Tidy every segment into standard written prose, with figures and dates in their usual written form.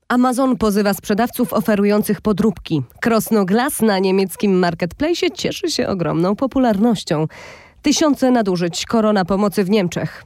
Amazon pozywa sprzedawców oferujących podróbki. Krosno-Glas na niemieckim marketplace cieszy się ogromną popularnością. Tysiące nadużyć, korona pomocy w Niemczech.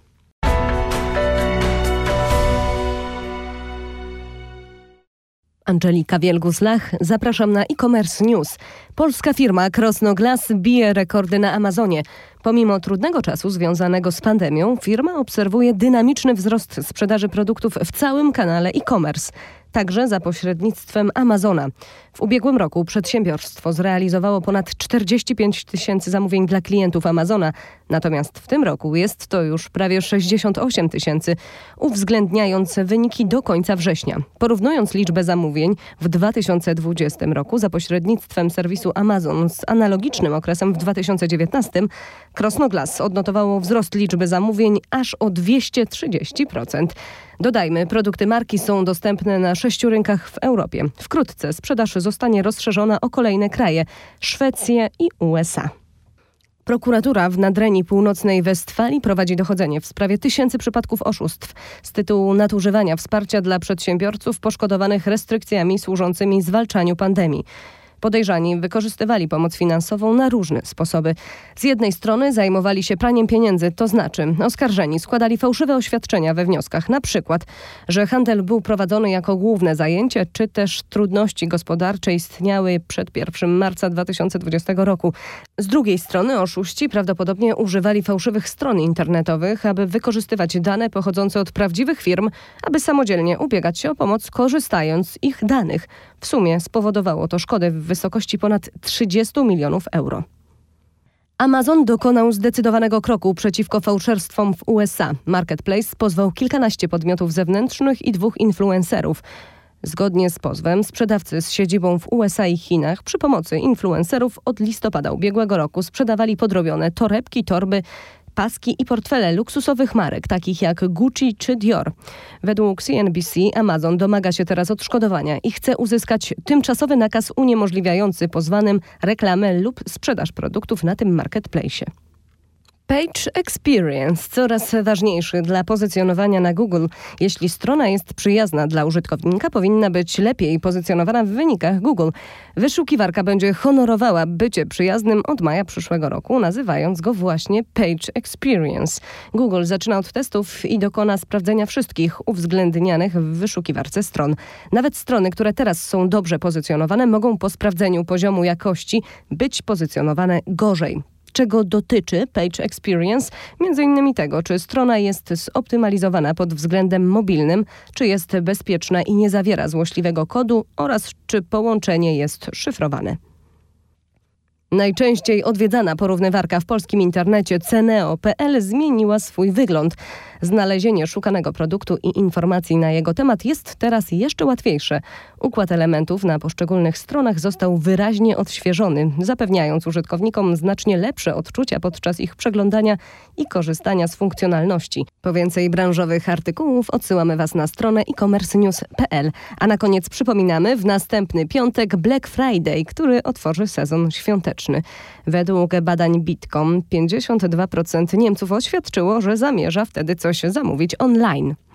Angelika Wielgus-Lach, zapraszam na e-commerce news. Polska firma Krosno-Glas bije rekordy na Amazonie. Pomimo trudnego czasu związanego z pandemią, firma obserwuje dynamiczny wzrost sprzedaży produktów w całym kanale e-commerce, także za pośrednictwem Amazona. W ubiegłym roku przedsiębiorstwo zrealizowało ponad 45 tysięcy zamówień dla klientów Amazona, natomiast w tym roku jest to już prawie 68 tysięcy, uwzględniając wyniki do końca września. Porównując liczbę zamówień w 2020 roku za pośrednictwem serwisu Amazon z analogicznym okresem w 2019, Krosno-Glas odnotowało wzrost liczby zamówień aż o 230%. Dodajmy, produkty marki są dostępne na 6 rynkach w Europie. Wkrótce sprzedaż zostanie rozszerzona o kolejne kraje – Szwecję i USA. Prokuratura w Nadrenii Północnej Westfalii prowadzi dochodzenie w sprawie tysięcy przypadków oszustw z tytułu nadużywania wsparcia dla przedsiębiorców poszkodowanych restrykcjami służącymi zwalczaniu pandemii. Podejrzani wykorzystywali pomoc finansową na różne sposoby. Z jednej strony zajmowali się praniem pieniędzy, to znaczy oskarżeni składali fałszywe oświadczenia we wnioskach, na przykład, że handel był prowadzony jako główne zajęcie, czy też trudności gospodarcze istniały przed 1 marca 2020 roku. Z drugiej strony oszuści prawdopodobnie używali fałszywych stron internetowych, aby wykorzystywać dane pochodzące od prawdziwych firm, aby samodzielnie ubiegać się o pomoc, korzystając z ich danych. W sumie spowodowało to szkody w wysokości ponad 30 milionów euro. Amazon dokonał zdecydowanego kroku przeciwko fałszerstwom w USA. Marketplace pozwał kilkanaście podmiotów zewnętrznych i 2 influencerów. Zgodnie z pozwem sprzedawcy z siedzibą w USA i Chinach przy pomocy influencerów od listopada ubiegłego roku sprzedawali podrobione torebki, torby, paski i portfele luksusowych marek, takich jak Gucci czy Dior. Według CNBC Amazon domaga się teraz odszkodowania i chce uzyskać tymczasowy nakaz uniemożliwiający pozwanym reklamę lub sprzedaż produktów na tym marketplace. Page Experience coraz ważniejszy dla pozycjonowania na Google. Jeśli strona jest przyjazna dla użytkownika, powinna być lepiej pozycjonowana w wynikach Google. Wyszukiwarka będzie honorowała bycie przyjaznym od maja przyszłego roku, nazywając go właśnie Page Experience. Google zaczyna od testów i dokona sprawdzenia wszystkich uwzględnianych w wyszukiwarce stron. Nawet strony, które teraz są dobrze pozycjonowane, mogą po sprawdzeniu poziomu jakości być pozycjonowane gorzej. Czego dotyczy Page Experience? Między innymi tego, czy strona jest zoptymalizowana pod względem mobilnym, czy jest bezpieczna i nie zawiera złośliwego kodu oraz czy połączenie jest szyfrowane. Najczęściej odwiedzana porównywarka w polskim internecie Ceneo.pl zmieniła swój wygląd. Znalezienie szukanego produktu i informacji na jego temat jest teraz jeszcze łatwiejsze. Układ elementów na poszczególnych stronach został wyraźnie odświeżony, zapewniając użytkownikom znacznie lepsze odczucia podczas ich przeglądania i korzystania z funkcjonalności. Po więcej branżowych artykułów odsyłamy Was na stronę e-commercenews.pl. A na koniec przypominamy, w następny piątek Black Friday, który otworzy sezon świąteczny. Według badań Bitkom 52% Niemców oświadczyło, że zamierza wtedy coś zamówić online.